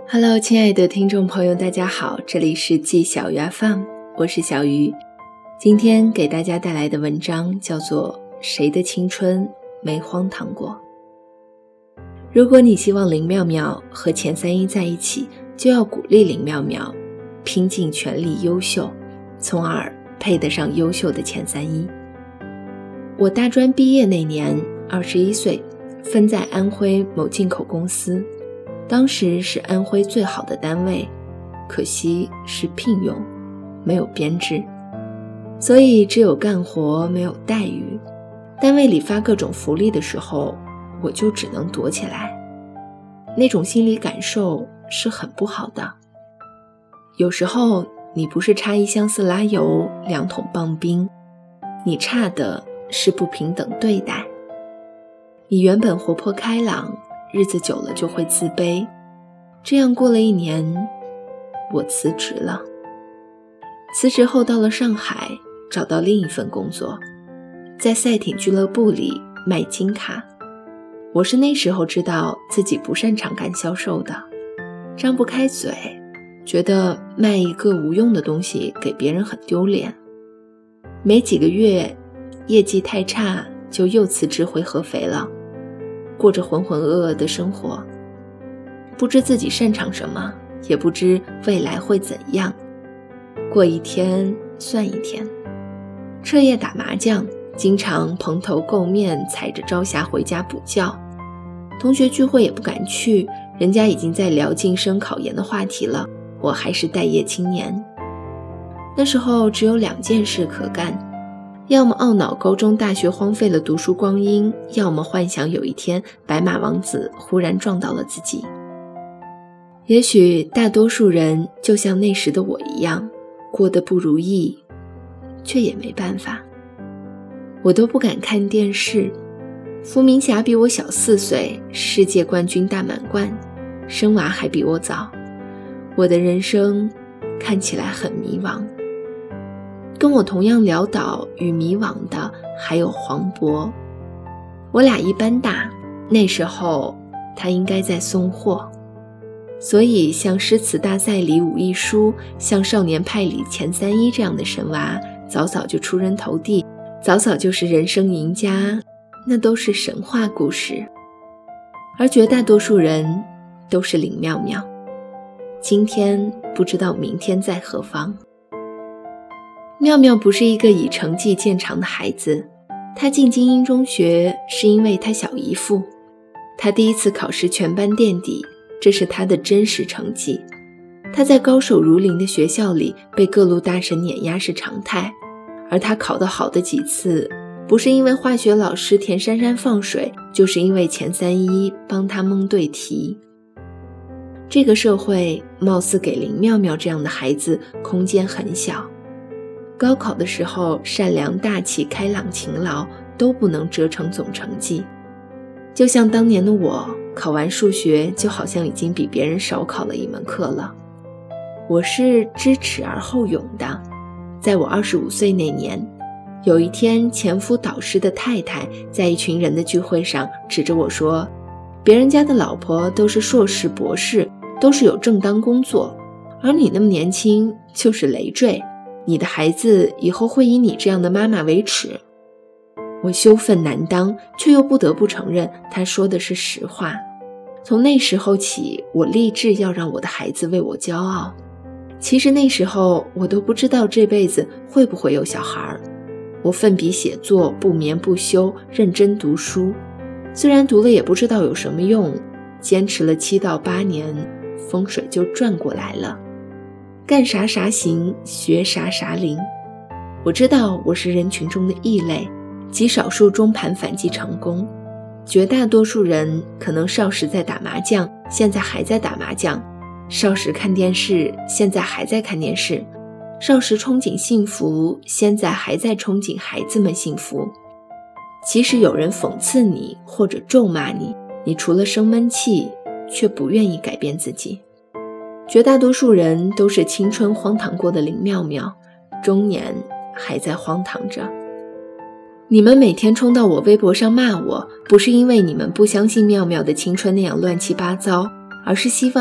Hello， 亲爱的听众朋友，大家好，这里是季小鱼 FM， 我是小鱼。今天给大家带来的文章叫做《谁的青春没荒唐过》。如果你希望林妙妙和钱三一在一起，就要鼓励林妙妙拼尽全力优秀，从而配得上优秀的钱三一。我大专毕业那年21岁，分在安徽某进口公司，当时是安徽最好的单位，可惜是聘用，没有编制，所以只有干活没有待遇。单位里发各种福利的时候，我就只能躲起来，那种心理感受是很不好的。有时候你不是差1箱色拉油2桶棒冰，你差的是不平等对待。你原本活泼开朗，日子久了就会自卑。这样过了1年，我辞职了。辞职后到了上海，找到另一份工作，在赛艇俱乐部里卖金卡。我是那时候知道自己不擅长干销售的，张不开嘴，觉得卖一个无用的东西给别人很丢脸。没几个月，业绩太差，就又辞职回合肥了，过着浑浑噩噩的生活，不知自己擅长什么，也不知未来会怎样，过一天算一天。彻夜打麻将，经常蓬头垢面踩着朝霞回家补觉，同学聚会也不敢去，人家已经在聊晋升考研的话题了，我还是待业青年。那时候只有2件事可干，要么懊恼高中大学荒废了读书光阴，要么幻想有一天白马王子忽然撞到了自己。也许大多数人就像那时的我一样，过得不如意，却也没办法。我都不敢看电视，伏明霞比我小4岁，世界冠军大满贯，生娃还比我早。我的人生看起来很迷茫。跟我同样潦倒与迷惘的还有黄渤，我俩一般大，那时候他应该在送货。所以像诗词大赛里武亦姝，像少年派里钱三一这样的神娃，早早就出人头地，早早就是人生赢家，那都是神话故事。而绝大多数人都是林妙妙，今天不知道明天在何方。妙妙不是一个以成绩见长的孩子，她进精英中学是因为她小姨父，她第一次考试全班垫底，这是她的真实成绩。她在高手如林的学校里被各路大神碾压是常态，而她考得好的几次，不是因为化学老师田珊珊放水，就是因为钱三一帮她蒙对题。这个社会貌似给林妙妙这样的孩子空间很小，高考的时候善良大气开朗勤劳都不能折成总成绩。就像当年的我，考完数学就好像已经比别人少考了一门课了。我是知耻而后勇的。在我25岁那年，有一天前夫导师的太太在一群人的聚会上指着我说，别人家的老婆都是硕士博士，都是有正当工作，而你那么年轻就是累赘，你的孩子以后会以你这样的妈妈为耻。我羞愤难当，却又不得不承认他说的是实话。从那时候起，我立志要让我的孩子为我骄傲。其实那时候我都不知道这辈子会不会有小孩。我奋笔写作，不眠不休，认真读书，虽然读了也不知道有什么用，坚持了7到8年，风水就转过来了。干啥啥行，学啥啥灵。我知道我是人群中的异类，极少数中盘反击成功。绝大多数人可能少时在打麻将，现在还在打麻将；少时看电视，现在还在看电视；少时憧憬幸福，现在还在憧憬孩子们幸福。即使有人讽刺你或者咒骂你，你除了生闷气，却不愿意改变自己。绝大多数人都是青春荒唐过的林妙妙，中年还在荒唐着。你们每天冲到我微博上骂我，不是因为你们不相信妙妙的青春那样乱七八糟，而是希望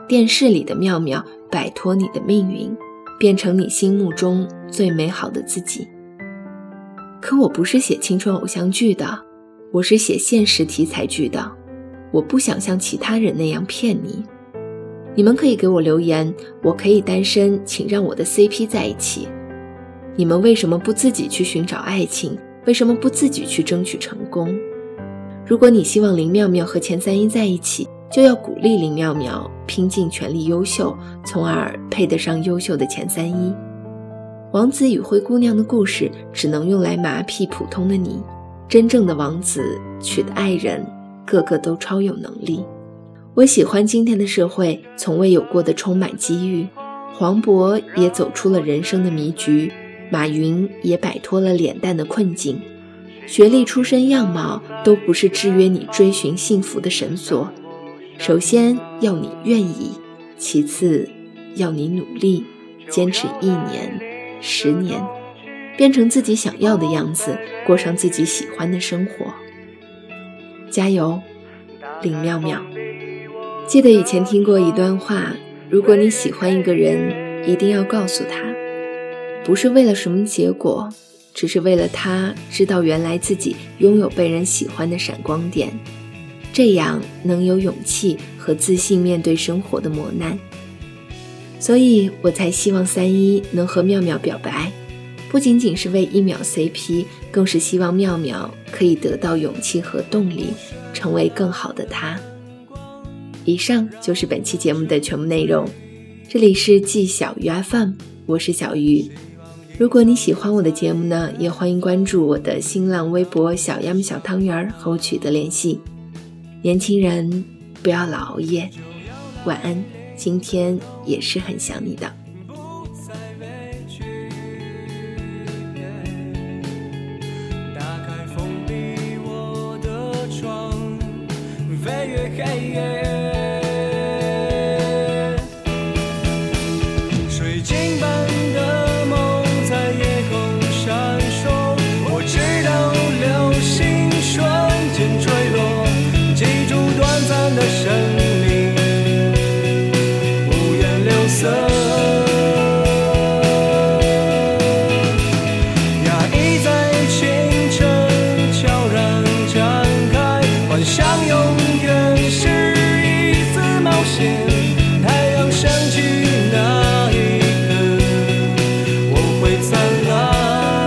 电视里的妙妙摆脱你的命运，变成你心目中最美好的自己。可我不是写青春偶像剧的，我是写现实题材剧的，我不想像其他人那样骗你。你们可以给我留言，我可以单身，请让我的 CP 在一起。你们为什么不自己去寻找爱情？为什么不自己去争取成功？如果你希望林妙妙和钱三一在一起，就要鼓励林妙妙拼尽全力优秀，从而配得上优秀的钱三一。王子与灰姑娘的故事只能用来麻痹普通的你，真正的王子娶的爱人个个都超有能力。我喜欢今天的社会从未有过的充满机遇，黄渤也走出了人生的迷局，马云也摆脱了脸蛋的困境。学历、出身、样貌都不是制约你追寻幸福的绳索，首先要你愿意，其次要你努力，坚持1年、10年，变成自己想要的样子，过上自己喜欢的生活。加油，林妙妙。记得以前听过一段话，如果你喜欢一个人，一定要告诉他，不是为了什么结果，只是为了他知道原来自己拥有被人喜欢的闪光点，这样能有勇气和自信面对生活的磨难。所以我才希望三一能和妙妙表白，不仅仅是为1秒 CP， 更是希望妙妙可以得到勇气和动力，成为更好的她。以上就是本期节目的全部内容，这里是季小鱼 FM， 我是小鱼。如果你喜欢我的节目呢，也欢迎关注我的新浪微博小鸭小汤圆和我取得联系。年轻人不要老熬夜，晚安，今天也是很想你的。 打开封闭我的窗，飞越黑夜，水晶般的梦在夜空闪烁，我知道流星瞬间坠落，记住短暂的生命五颜六色，压抑在清晨悄然展开，幻想永远是一次冒险，太阳升起那一刻我会灿烂。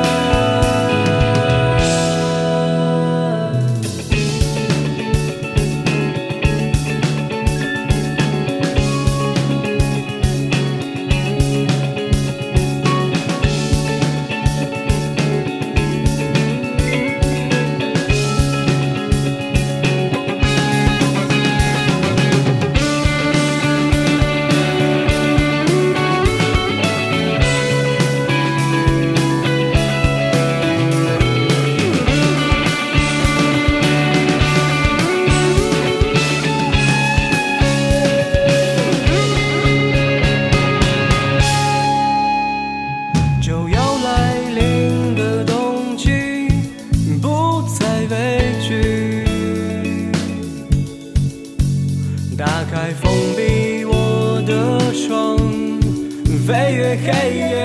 就要来临的冬季，不再畏惧，打开封闭我的窗，飞越黑夜。